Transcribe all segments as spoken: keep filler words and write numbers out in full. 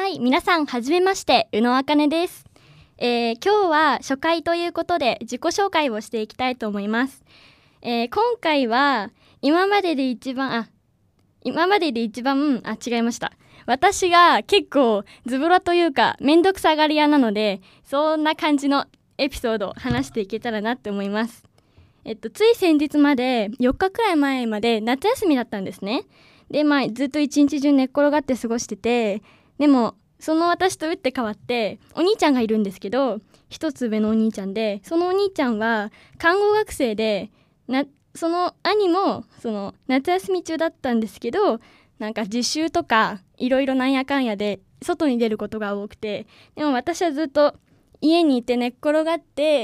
い、皆さんはじめまして、宇野あかねです。えー、今日は初回ということで自己紹介をしていきたいと思います。えー、今回は今までで一番あ今までで一番あ違いました私が結構ズボラというかめんどくさがり屋なので、そんな感じのエピソードを話していけたらなって思います。えっとつい先日までよっかくらい前まで夏休みだったんですね。でまあずっと一日中寝っ転がって過ごしてて、でもその私と打って変わってお兄ちゃんがいるんですけど、一つ上のお兄ちゃんで、そのお兄ちゃんは看護学生で、なその兄もその夏休み中だったんですけど、なんか実習とかいろいろなんやかんやで外に出ることが多くて、でも私はずっと家にいて寝っ転がって、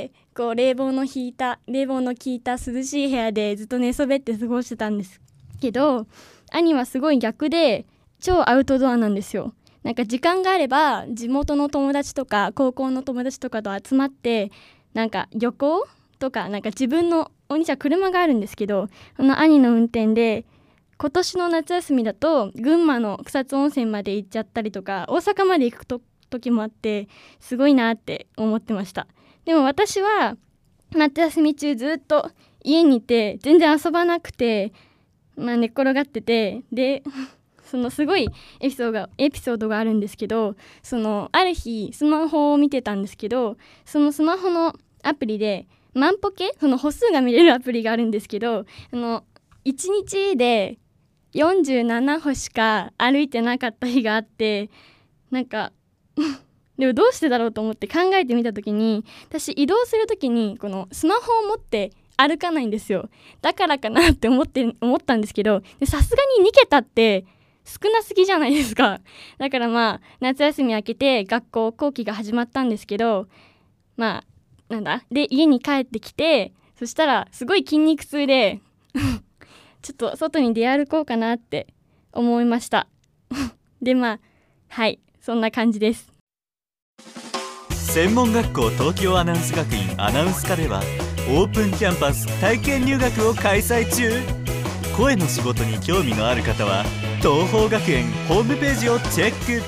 こう冷房の効いた冷房の効いた涼しい部屋でずっと寝そべって過ごしてたんですけど、兄はすごい逆で超アウトドアなんですよ。なんか時間があれば地元の友達とか高校の友達とかと集まって、なんか旅行とか、なんか自分のお兄ちゃん車があるんですけど、その兄の運転で今年の夏休みだと群馬の草津温泉まで行っちゃったりとか、大阪まで行くと時もあって、すごいなって思ってました。でも私は夏休み中ずっと家にいて全然遊ばなくて、まあ、寝っ転がってて、でそのすごいエピソードがエピソードがあるんですけど、そのある日スマホを見てたんですけど、そのスマホのアプリで万歩計、その歩数が見れるアプリがあるんですけど、あのいちにちでよんじゅうななほしか歩いてなかった日があって、なんかでもどうしてだろうと思って考えてみたときに、私移動するときにこのスマホを持って歩かないんですよ。だからかなって思って思ったんですけど、さすがににけたって少なすぎじゃないですか。だからまあ夏休み明けて学校後期が始まったんですけど、まあなんだで家に帰ってきて、そしたらすごい筋肉痛でちょっと外に出歩こうかなって思いましたでまあはいそんな感じです。 専門学校東京アナウンス学院アナウンス科ではオープンキャンパス体験入学を開催中。声の仕事に興味のある方は東邦学園ホームページをチェック。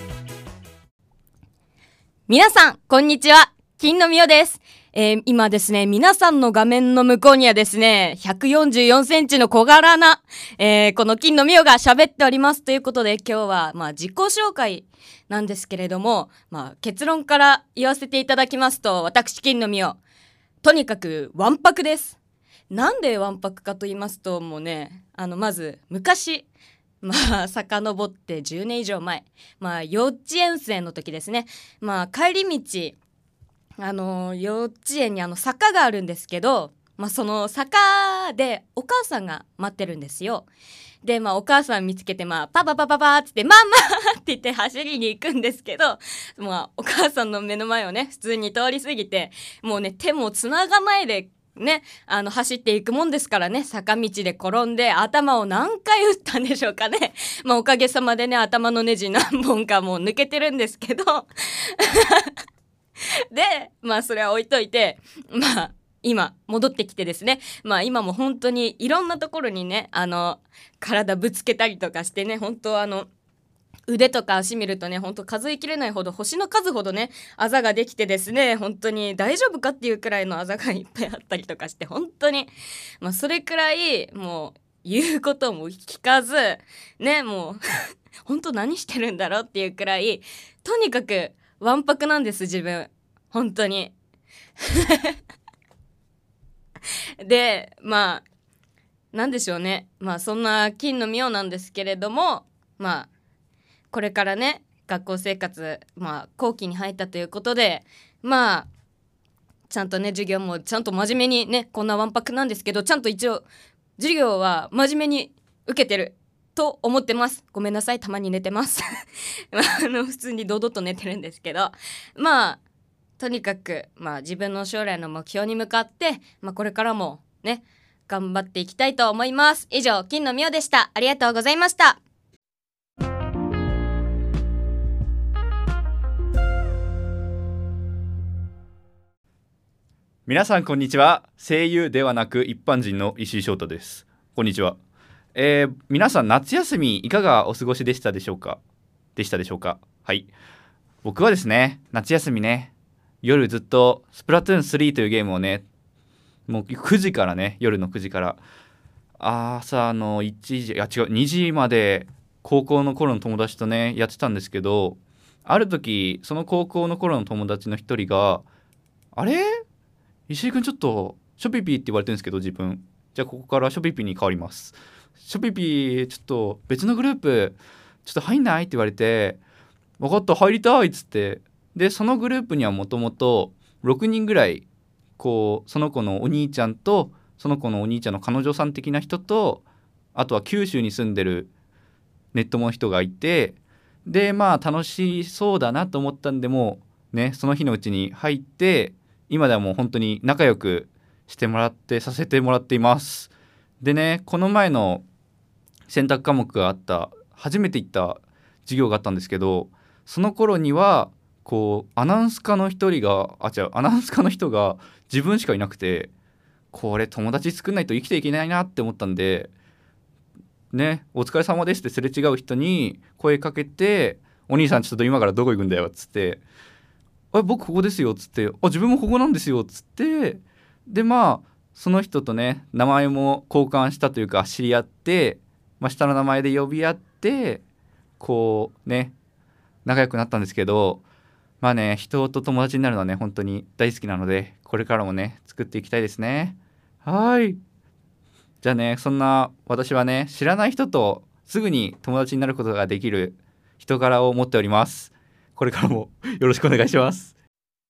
皆さんこんにちは、金野美代です。えー、今ですね、皆さんの画面の向こうにはですね、ひゃくよんじゅうよんセンチの小柄な、えー、この金野美代が喋っております。ということで今日はまあ自己紹介なんですけれども、まあ結論から言わせていただきますと、私金野美代、とにかくわんぱくです。なんでわんぱくかと言いますと、もうね、あのまず昔、まあ遡ってじゅうねん以上前、まあ幼稚園生の時ですね。まあ帰り道、あの幼稚園にあの坂があるんですけど、まあその坂でお母さんが待ってるんですよ。でまあお母さん見つけて、まあパパパパパーってママって言って走りに行くんですけど、まあお母さんの目の前をね普通に通り過ぎて、もうね手もつながないでね、あの走っていくもんですからね、坂道で転んで頭を何回打ったんでしょうかね。まあおかげさまでね、頭のネジ何本かもう抜けてるんですけどでまあそれは置いといて、まあ今戻ってきてですね、まあ今も本当にいろんなところにね、あの体ぶつけたりとかしてね、本当あの腕とか足見るとね、本当数えきれないほど、星の数ほどねあざができてですね、本当に大丈夫かっていうくらいのあざがいっぱいあったりとかして、本当にまあそれくらいもう言うことも聞かずね、もう本当何してるんだろうっていうくらい、とにかくわんぱくなんです自分、本当にでまあなんでしょうね、まあそんな金野美代なんですけれども、まあこれからね学校生活、まあ後期に入ったということで、まあちゃんとね授業もちゃんと真面目にね、こんなわんぱくなんですけど、ちゃんと一応授業は真面目に受けてると思ってます。ごめんなさい、たまに寝てますあの普通に堂々と寝てるんですけど、まあとにかくまあ自分の将来の目標に向かって、まあこれからもね頑張っていきたいと思います。以上、金野美代でした。ありがとうございました。 皆さんこんにちは。声優ではなく一般人の石井翔太です。こんにちは。えー、皆さん夏休みいかがお過ごしでしたでしょうかでしたでしょうかはい、僕はですね、夏休みね、夜ずっとスプラトゥーンスリーというゲームをね、もうくじからね、夜のくじから朝のいちじ、いや違うにじまで高校の頃の友達とねやってたんですけど、ある時その高校の頃の友達の一人が、あれ石井くんちょっとショピピって言われてるんですけど、自分じゃあここからショピピに変わります、ショピピちょっと別のグループちょっと入んないって言われて、分かった入りたいっつって、でそのグループにはもともとろくにんぐらい、こうその子のお兄ちゃんとその子のお兄ちゃんの彼女さん的な人と、あとは九州に住んでるネットモの人がいて、でまあ楽しそうだなと思ったんで、もうねその日のうちに入って、今ではもう本当に仲良くしてもらってさせてもらっています。でね、この前の選択科目があった初めて行った授業があったんですけど、その頃にはこうアナウンス科の一人があ違うアナウンス科の人が自分しかいなくて、これ友達作んないと生きていけないなって思ったんでね、お疲れ様ですってすれ違う人に声かけて、お兄さんちょっと今からどこ行くんだよっつって、あ僕ここですよっつって、あ自分もここなんですよっつって、でまあその人とね名前も交換したというか知り合って、まあ、下の名前で呼び合ってこうね仲良くなったんですけど、まあね人と友達になるのはね本当に大好きなので、これからもね作っていきたいですね。はい、じゃあね、そんな私はね知らない人とすぐに友達になることができる人柄を持っております。これからもよろしくお願いします。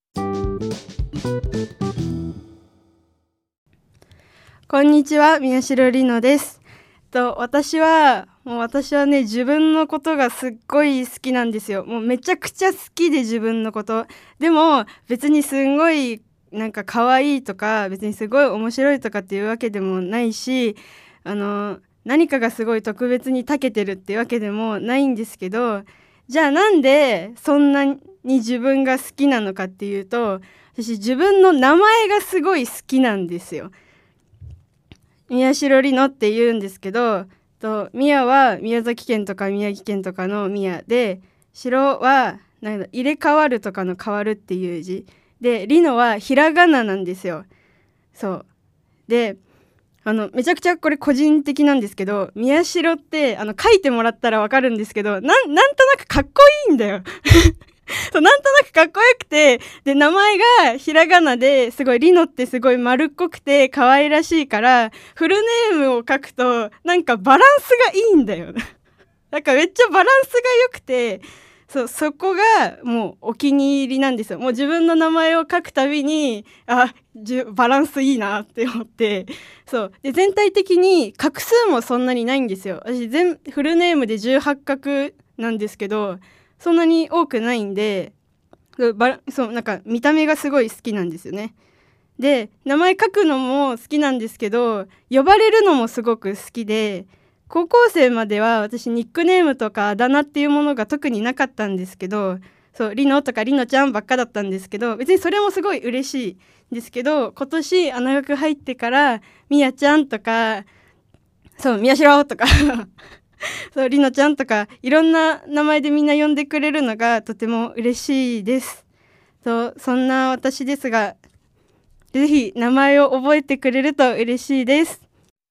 こんにちは、宮代里乃です。と私はもう私はね自分のことがすっごい好きなんですよ。もうめちゃくちゃ好きで、自分のことでも別にすんごいなんか可愛いとか別にすごい面白いとかっていうわけでもないし、あの何かがすごい特別に長けてるっていうわけでもないんですけど、じゃあなんでそんなに自分が好きなのかっていうと、私自分の名前がすごい好きなんですよ。宮代里乃って言うんですけど、と宮は宮崎県とか宮城県とかの宮で、代はなんだ入れ替わるとかの変わるっていう字で、里乃はひらがななんですよ。そうで、あのめちゃくちゃこれ個人的なんですけど、宮代ってあの書いてもらったらわかるんですけど、なんなんとなくかっこいいんだよそうなんとなくかっこよくて、で名前がひらがなですごい里乃ってすごい丸っこくて可愛らしいから、フルネームを書くとなんかバランスがいいんだよなんかめっちゃバランスが良くて、そうそこがもうお気に入りなんですよ。もう自分の名前を書くたびにあじバランスいいなって思って、そうで全体的に画数もそんなにないんですよ。私全フルネームでじゅうはち画なんですけど、そんなに多くないんで、バそうなんか見た目がすごい好きなんですよね。で名前書くのも好きなんですけど、呼ばれるのもすごく好きで、高校生までは私ニックネームとかあだ名っていうものが特になかったんですけど、そう里乃とか里乃ちゃんばっかだったんですけど、別にそれもすごい嬉しいんですけど、今年穴学入ってからみやちゃんとかそう宮代とかそう里乃ちゃんとかいろんな名前でみんな呼んでくれるのがとても嬉しいです。とそんな私ですが、ぜひ名前を覚えてくれると嬉しいです。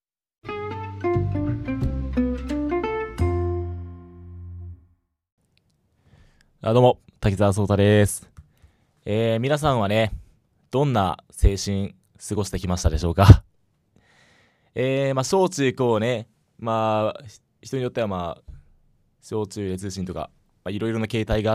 あどうも滝沢壮太です、えー、皆さんはねどんな青春過ごしてきましたでしょうか。えー、まあ小中高ね、まあ人によってはまあ小中で通信とかいろいろな形態があって、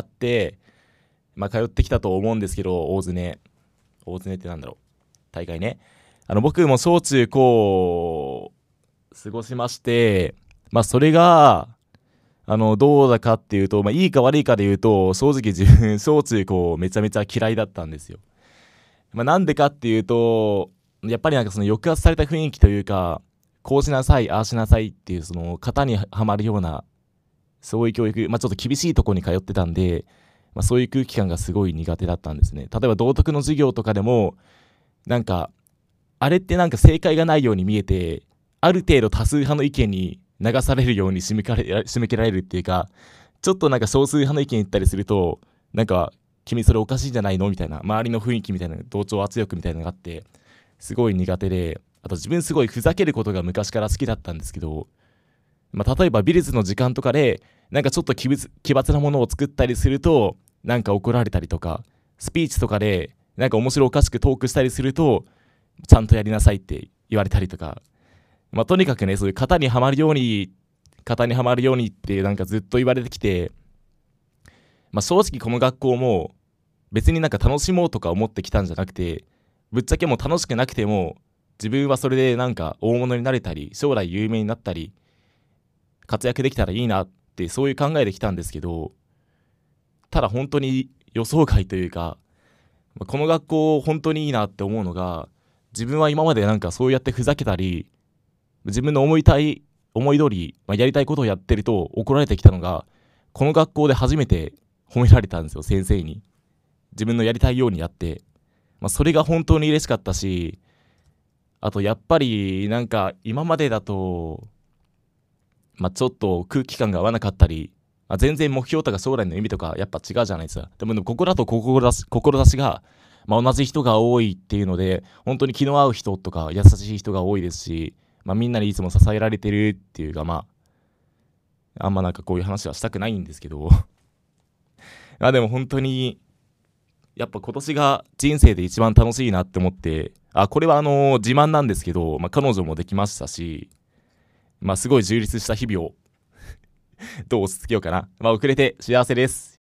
まあ通ってきたと思うんですけど、大詰大詰ってなんだろう大会ね、あの僕も小中高過ごしまして、まあそれがあのどうだかっていうと、まあ、いいか悪いかで言うと正直自分小中高めちゃめちゃ嫌いだったんですよ。まあ、なんでかっていうとやっぱりなんかその抑圧された雰囲気というか、こうしなさいああしなさいっていうその型にはまるようなそういう教育、まあ、ちょっと厳しいところに通ってたんで、まあ、そういう空気感がすごい苦手だったんですね。例えば道徳の授業とかでもなんかあれってなんか正解がないように見えて、ある程度多数派の意見に流されるように締めかれ締め切られるっていうか、 ちょっとなんか少数派の意見言ったりすると、なんか君それおかしいんじゃないのみたいな、周りの雰囲気みたいな、同調圧力みたいなのがあって、すごい苦手で、あと自分すごいふざけることが昔から好きだったんですけど、まあ、例えば美術の時間とかでなんかちょっと奇抜、奇抜なものを作ったりするとなんか怒られたりとか、スピーチとかでなんか面白おかしくトークしたりするとちゃんとやりなさいって言われたりとか、まあ、とにかくね、そういう型にはまるように型にはまるようにってなんかずっと言われてきて、まあ、正直この学校も別になんか楽しもうとか思ってきたんじゃなくて、ぶっちゃけもう楽しくなくても自分はそれでなんか大物になれたり将来有名になったり活躍できたらいいなってそういう考えできたんですけど、ただ本当に予想外というか、この学校本当にいいなって思うのが、自分は今までなんかそうやってふざけたり自分の思いたい思い通り、まあ、やりたいことをやってると怒られてきたのが、この学校で初めて褒められたんですよ、先生に。自分のやりたいようにやって、まあ、それが本当に嬉しかったし、あとやっぱりなんか今までだとまあ、ちょっと空気感が合わなかったり、まあ、全然目標とか将来の意味とかやっぱ違うじゃないですか。でも、でもここだと志、志が、まあ、同じ人が多いっていうので、本当に気の合う人とか優しい人が多いですし、まあ、みんなにいつも支えられてるっていうか、まああんまなんかこういう話はしたくないんですけどあでも本当にやっぱ今年が人生で一番楽しいなって思って、あこれはあの自慢なんですけど、まあ、彼女もできましたし、まあすごい充実した日々をどう押し付けようかな。まあ遅れて幸せです。